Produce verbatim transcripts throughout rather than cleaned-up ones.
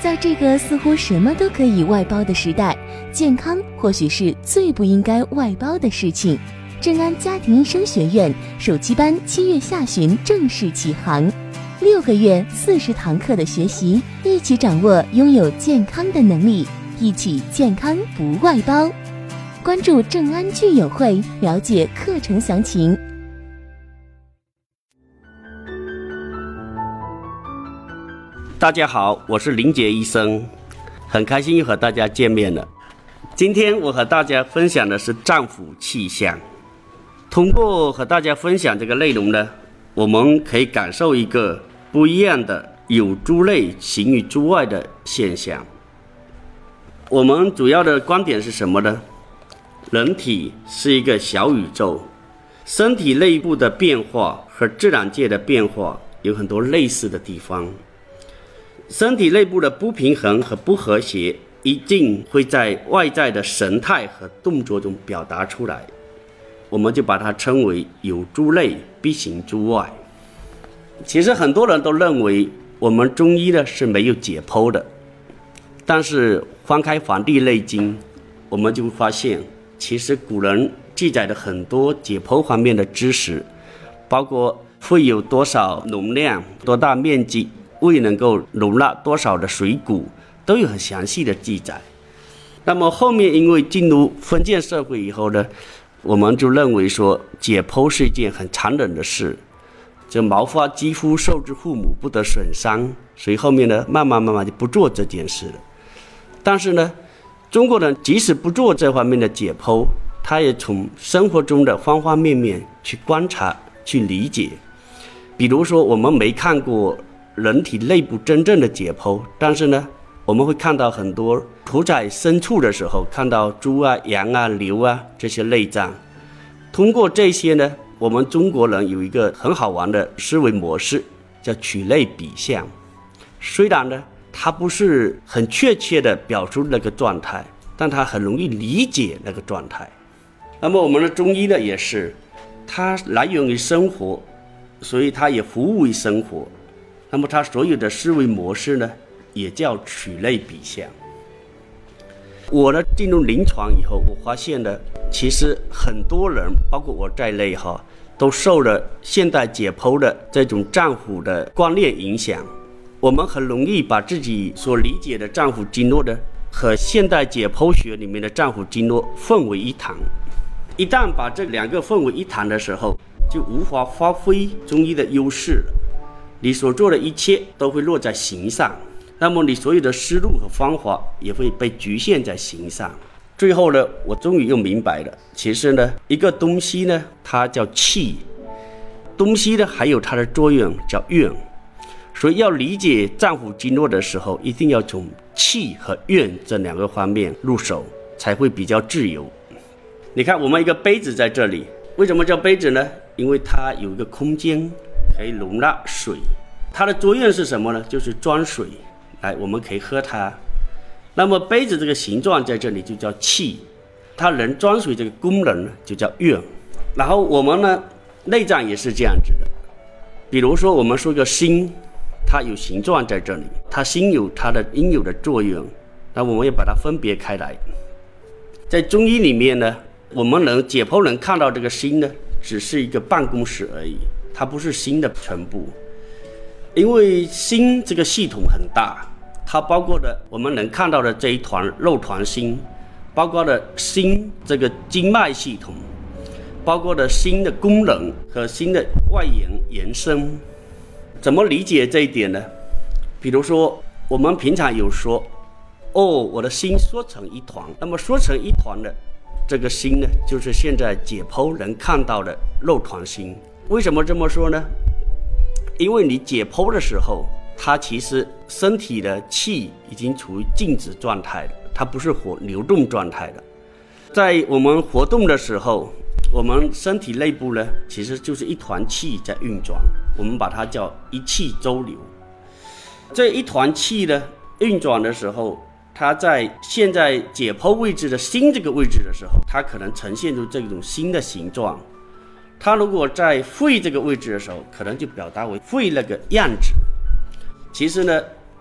在这个似乎什么都可以外包的时代，健康或许是最不应该外包的事情。正安家庭医生学院暑期班七月下旬正式启航，六个月四十堂课的学习，一起掌握拥有健康的能力，一起健康不外包。关注正安聚友会，了解课程详情。 大家好，我是林杰医生，很开心又和大家见面了。今天我和大家分享的是脏腑气象。通过和大家分享这个内容呢，我们可以感受一个不一样的有诸内行于诸外的现象。我们主要的观点是什么呢？人体是一个小宇宙，身体内部的变化和自然界的变化有很多类似的地方。身体内部的不平衡和不和谐一定会在外在的神态和动作中表达出来，我们就把它称为有诸内必行诸外。其实很多人都认为我们中医呢是没有解剖的，但是翻开《黄帝内经》，我们就会发现其实古人记载的很多解剖方面的知识，包括会有多少容量、多大面积、胃能够容纳多少的水谷，都有很详细的记载。那么后面因为进入封建社会以后呢，我们就认为说解剖是一件很残忍的事，这毛发肌肤受之父母不得损伤，所以后面呢慢慢慢慢就不做这件事了。但是呢，中国人即使不做这方面的解剖，他也从生活中的方方面面去观察去理解。比如说我们没看过人体内部真正的解剖，但是呢我们会看到很多屠宰牲畜的时候，看到猪啊、羊啊、牛啊这些内脏。通过这些呢，我们中国人有一个很好玩的思维模式，叫取类比象。虽然呢它不是很确切的表述那个状态，但它很容易理解那个状态。那么我们的中医呢也是，它来源于生活，所以它也服务于生活。那么它所有的思维模式呢也叫取类比象。我呢进入临床以后，我发现呢其实很多人包括我在内哈，都受了现代解剖的这种脏腑的观念影响。我们很容易把自己所理解的脏腑经络呢和现代解剖学里面的脏腑经络混为一谈。一旦把这两个混为一谈的时候，就无法发挥中医的优势了。你所做的一切都会落在形上，那么你所有的思路和方法也会被局限在形上。最后呢，我终于又明白了，其实呢一个东西呢它叫气，东西呢还有它的作用叫运。所以要理解脏腑经络的时候，一定要从气和运这两个方面入手，才会比较自由。你看我们一个杯子在这里，为什么叫杯子呢？因为它有一个空间可以容纳水，它的作用是什么呢？就是装水，来我们可以喝它。那么杯子这个形状在这里就叫气，它能装水这个功能呢就叫运。然后我们呢内脏也是这样子的，比如说我们说一个心，它有形状在这里，它心有它的应有的作用，那我们也把它分别开来。在中医里面呢，我们能解剖能看到这个心呢只是一个办公室而已，它不是心的全部。因为心这个系统很大，它包括的我们能看到的这一团肉团心，包括的心这个经脉系统，包括的心的功能和心的外延延伸。怎么理解这一点呢？比如说我们平常有说，哦，我的心缩成一团，那么缩成一团的这个心呢，就是现在解剖能看到的肉团心。为什么这么说呢？因为你解剖的时候，它其实身体的气已经处于静止状态了，它不是活流动状态的。在我们活动的时候，我们身体内部呢其实就是一团气在运转，我们把它叫一气周流。这一团气呢运转的时候，它在现在解剖位置的心这个位置的时候，它可能呈现出这种心的形状。它如果在肺这个位置的时候，可能就表达为肺那个样子。其实呢，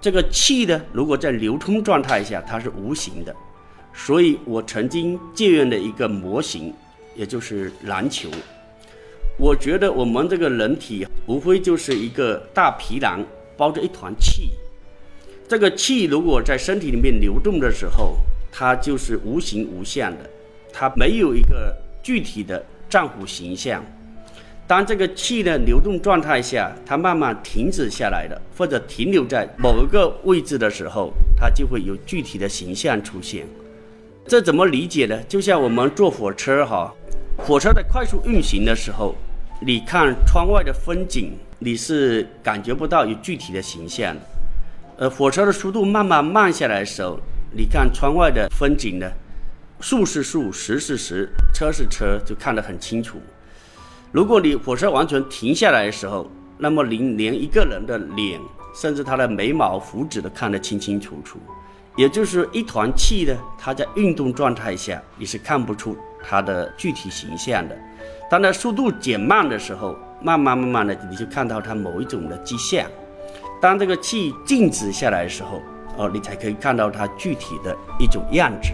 这个气呢，如果在流通状态下，它是无形的。所以我曾经借用的一个模型，也就是篮球。我觉得我们这个人体无非就是一个大皮囊包着一团气，这个气如果在身体里面流动的时候，它就是无形无相的，它没有一个具体的脏腑形象。当这个气的流动状态下，它慢慢停止下来了，或者停留在某一个位置的时候，它就会有具体的形象出现。这怎么理解呢？就像我们坐火车哈，火车在快速运行的时候，你看窗外的风景，你是感觉不到有具体的形象的。呃，火车的速度慢慢慢下来的时候，你看窗外的风景呢，树是树，石是石，车是车，就看得很清楚。如果你火车完全停下来的时候，那么你连一个人的脸，甚至他的眉毛、胡子都看得清清楚楚。也就是一团气呢，它在运动状态下，你是看不出它的具体形象的。当它速度减慢的时候，慢慢慢慢的，你就看到它某一种的迹象。当这个气静止下来的时候，哦，你才可以看到它具体的一种样子。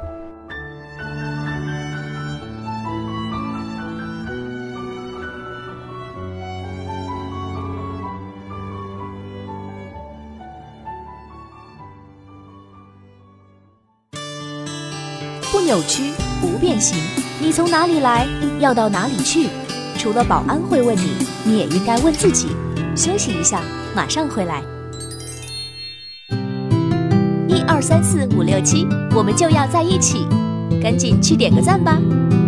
不扭曲，不变形。你从哪里来，要到哪里去？除了保安会问你，你也应该问自己。休息一下，马上回来。一二三四五六七，我们就要在一起，赶紧去点个赞吧。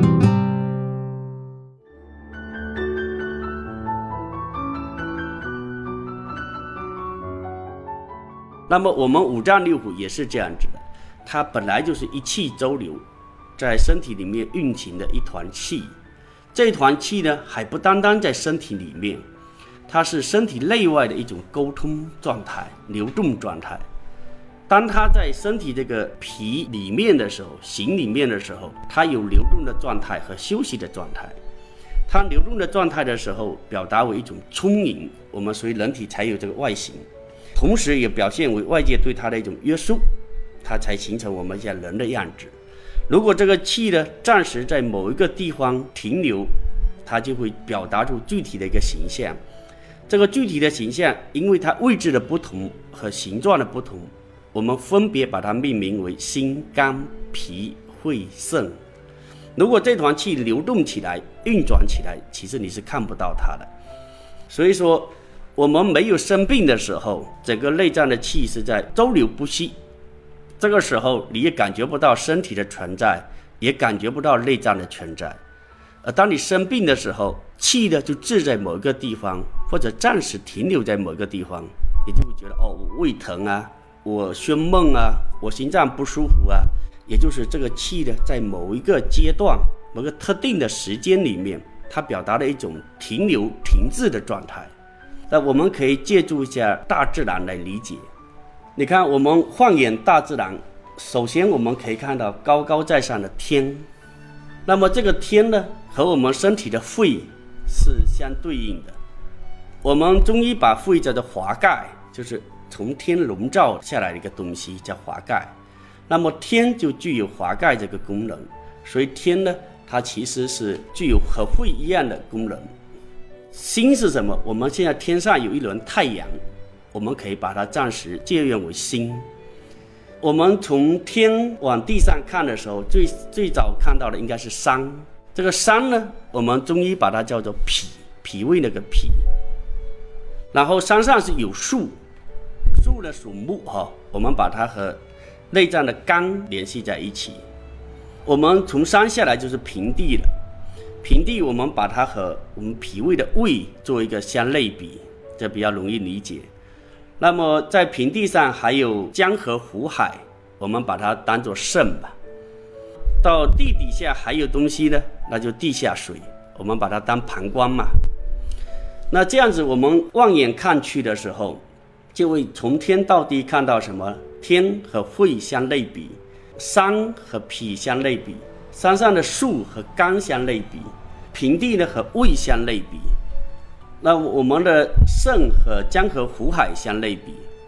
那么我们五脏六腑也是这样子的，它本来就是一气周流，在身体里面运行的一团气。这团气呢，还不单单在身体里面，它是身体内外的一种沟通状态、流动状态。当它在身体这个皮里面的时候，形里面的时候，它有流动的状态和休息的状态。它流动的状态的时候，表达为一种充盈，我们所以人体才有这个外形，同时也表现为外界对它的一种约束，它才形成我们现在人的样子。如果这个气呢，暂时在某一个地方停留，它就会表达出具体的一个形象。这个具体的形象，因为它位置的不同和形状的不同，我们分别把它命名为心、肝、脾、肺、肾。如果这团气流动起来、运转起来，其实你是看不到它的。所以说，我们没有生病的时候，整个内脏的气是在周流不息。这个时候你也感觉不到身体的存在，也感觉不到内脏的存在。而当你生病的时候，气呢就滞在某一个地方，或者暂时停留在某一个地方，你就会觉得哦，我胃疼啊，我胸闷啊，我心脏不舒服啊。也就是这个气呢，在某一个阶段、某个特定的时间里面，它表达了一种停留、停滞的状态。那我们可以借助一下大自然来理解。你看，我们放眼大自然，首先我们可以看到高高在上的天。那么这个天呢，和我们身体的肺是相对应的。我们中医把肺叫做华盖，就是从天笼罩下来的一个东西，叫华盖。那么天就具有华盖这个功能，所以天呢，它其实是具有和肺一样的功能。心是什么？我们现在天上有一轮太阳，我们可以把它暂时借用为心。我们从天往地上看的时候，最最早看到的应该是山。这个山呢，我们中医把它叫做脾，脾胃那个脾。然后山上是有树，树呢属木哈，我们把它和内脏的肝联系在一起。我们从山下来就是平地了，平地我们把它和我们脾胃的胃做一个相类比，这比较容易理解。那么在平地上还有江河湖海，我们把它当作肾吧。到地底下还有东西呢，那就地下水，我们把它当膀胱嘛。那这样子我们望眼看去的时候，就会从天到地看到什么？天和肺相类比，山和脾相类比，山上的树和肝相类比，平地呢和胃相类比。那我们的肾和江河湖海相类比，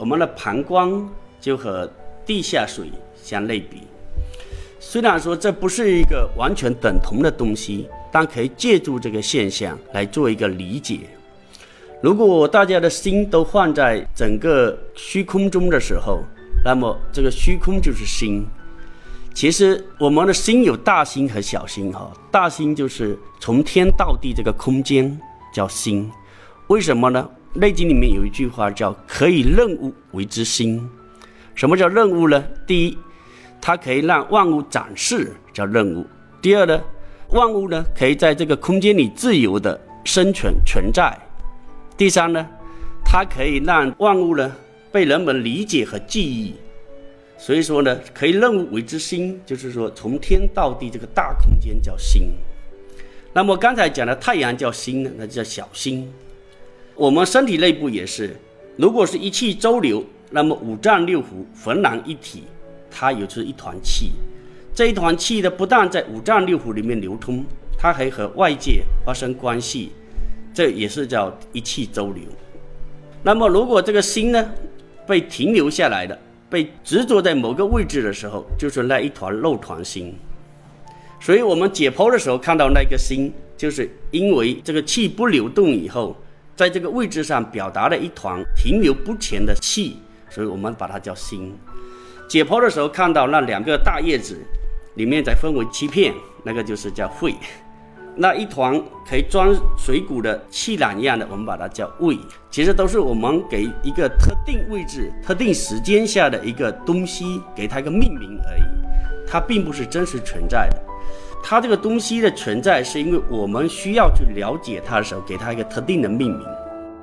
我们的膀胱就和地下水相类比。虽然说这不是一个完全等同的东西，但可以借助这个现象来做一个理解。如果大家的心都放在整个虚空中的时候，那么这个虚空就是心。其实我们的心有大心和小心哈，大心就是从天到地这个空间叫心。为什么呢？内经里面有一句话叫可以任物为之心。什么叫任物呢？第一，它可以让万物展示，叫任物。第二呢，万物呢可以在这个空间里自由的生存存在。第三呢，它可以让万物呢被人们理解和记忆。所以说呢，可以任物为之心，就是说从天到地这个大空间叫心。那么刚才讲的太阳叫心呢，那就叫小心。我们身体内部也是，如果是一气周流，那么五脏六腑浑然一体，它也就是一团气。这一团气呢，不但在五脏六腑里面流通，它还和外界发生关系，这也是叫一气周流。那么如果这个心呢被停留下来的，被执着在某个位置的时候，就是那一团肉团心。所以我们解剖的时候看到那个心，就是因为这个气不流动以后，在这个位置上表达了一团停留不前的气，所以我们把它叫心。解剖的时候看到那两个大叶子里面再分为七片，那个就是叫肺。那一团可以装水谷的气囊一样的，我们把它叫胃。其实都是我们给一个特定位置特定时间下的一个东西给它一个命名而已，它并不是真实存在的。它这个东西的存在是因为我们需要去了解它的时候给它一个特定的命名。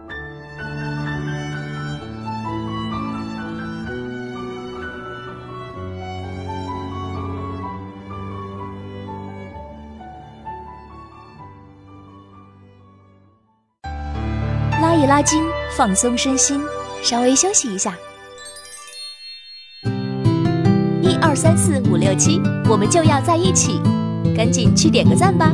拉一拉筋，放松身心，稍微休息一下。一二三四五六七，我们就要在一起，赶紧去点个赞吧。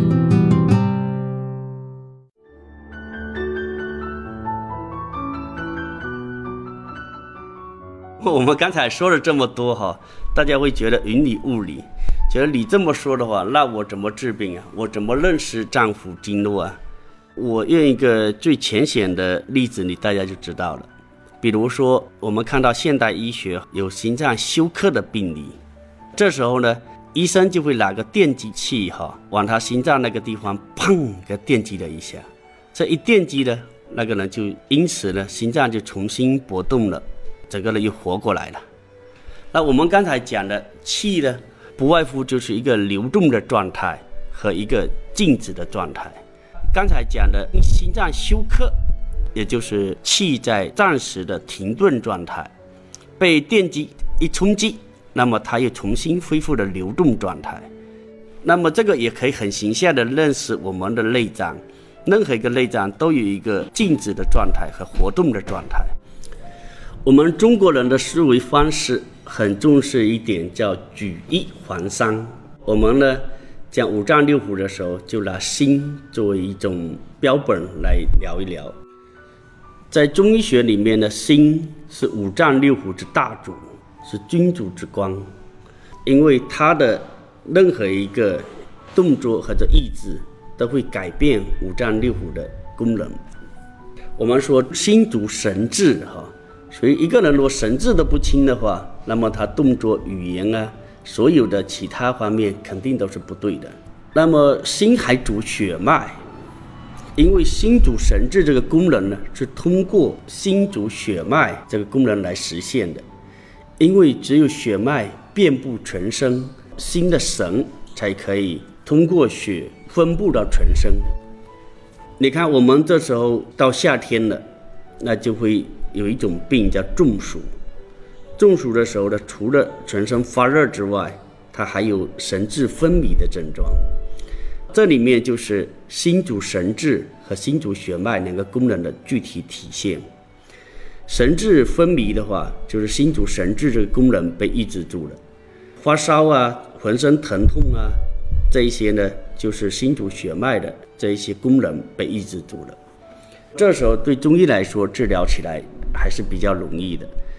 我们刚才说了这么多哈，大家会觉得云里雾里，觉得你这么说的话，那我怎么治病啊？我怎么认识脏腑经络啊？我用一个最浅显的例子，你大家就知道了。比如说，我们看到现代医学有心脏休克的病例，这时候呢，医生就会拿个电击器哈，往他心脏那个地方砰给电击了一下。这一电击呢，那个人就因此呢，心脏就重新搏动了，整个人又活过来了。那我们刚才讲的气呢，不外乎就是一个流动的状态和一个静止的状态。刚才讲的心脏休克，也就是气在暂时的停顿状态，被电击一冲击，那么它又重新恢复了流动状态。那么这个也可以很形象的认识我们的内脏，任何一个内脏都有一个静止的状态和活动的状态。我们中国人的思维方式很重视一点叫举一反三，我们呢讲五脏六腑的时候，就拿心作为一种标本来聊一聊。在中医学里面呢，心是五脏六腑之大主，是君主之官，因为它的任何一个动作或者意志都会改变五脏六腑的功能。我们说心主神志哈，所以一个人如果神志都不清的话，那么他动作、语言啊，所有的其他方面肯定都是不对的。那么心还主血脉，因为心主神志这个功能呢，是通过心主血脉这个功能来实现的。因为只有血脉遍布全身，心的神才可以通过血分布到全身。你看我们这时候到夏天了，那就会有一种病叫中暑。中暑的时候呢，除了全身发热之外，它还有神志分离的症状。这里面就是心主神志和心主血脉两个功能的具体体现。神志分离的话，就是心主神志这个功能被抑制住了。发烧啊，浑身疼痛啊，这一些呢，就是心主血脉的这一些功能被抑制住了。这时候对中医来说，治疗起来还是比较容易的。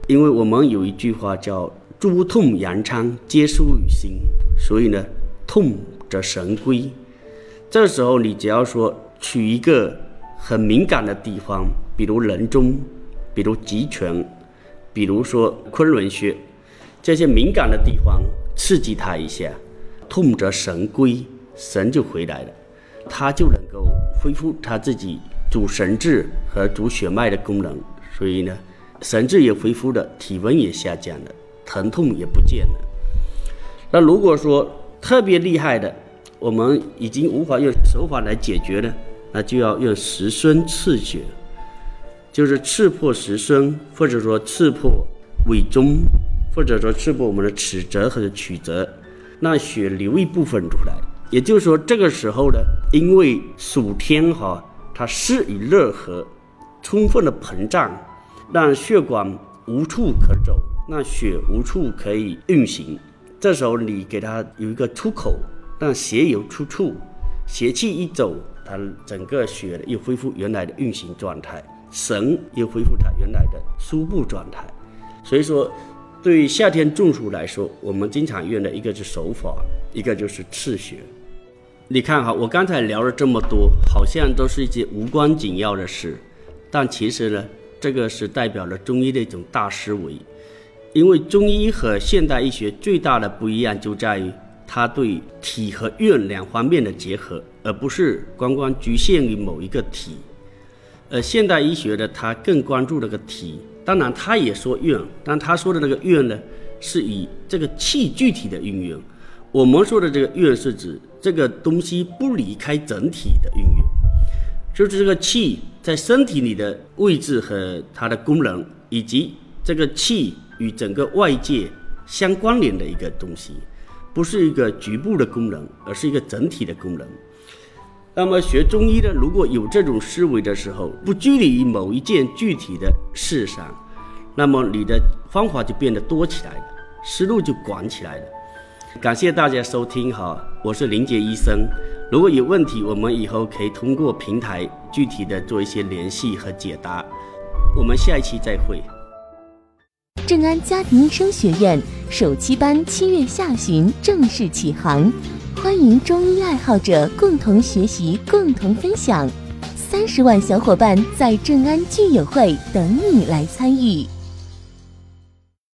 因为我们有一句话叫诸痛阳疮皆属于心，所以呢，痛则神归。这时候你只要说取一个很敏感的地方，比如人中，比如极泉，比如说昆仑穴，这些敏感的地方刺激它一下，痛则神归，神就回来了，它就能够恢复它自己主神志和主血脉的功能，所以呢，神志也恢复了，体温也下降了，疼痛也不见了。那如果说特别厉害的，我们已经无法用手法来解决了，那就要用石孙刺血，就是刺破石孙，或者说刺破尾中，或者说刺破我们的尺泽或者曲泽，让血流一部分出来。也就是说，这个时候呢，因为暑天哈，它湿与热合，充分的膨胀，让血管无处可走，让血无处可以运行。这时候你给它有一个出口，让血有出处，邪气一走，它整个血又恢复原来的运行状态，神又恢复它原来的输布状态。所以说，对于夏天中暑来说，我们经常用的一个是手法，一个就是刺血。你看哈，我刚才聊了这么多，好像都是一些无关紧要的事，但其实呢，这个是代表了中医的一种大思维。因为中医和现代医学最大的不一样就在于它对体和运两方面的结合，而不是光光局限于某一个体。而现代医学呢，它更关注那个体，当然他也说运，但他说的那个运呢，是以这个气具体的运用。我们说的这个运是指这个东西不离开整体的运用，就是这个气在身体里的位置和它的功能，以及这个气与整个外界相关联的一个东西，不是一个局部的功能，而是一个整体的功能。那么学中医呢，如果有这种思维的时候，不拘泥于某一件具体的事上，那么你的方法就变得多起来了，思路就广起来了。感谢大家收听哈，我是林杰医生。如果有问题，我们以后可以通过平台具体的做一些联系和解答。我们下一期再会。 正安家庭医生学院首期班七月下旬正式启航，欢迎中医爱好者共同学习、共同分享。三十万小伙伴在正安聚友会等你来参与。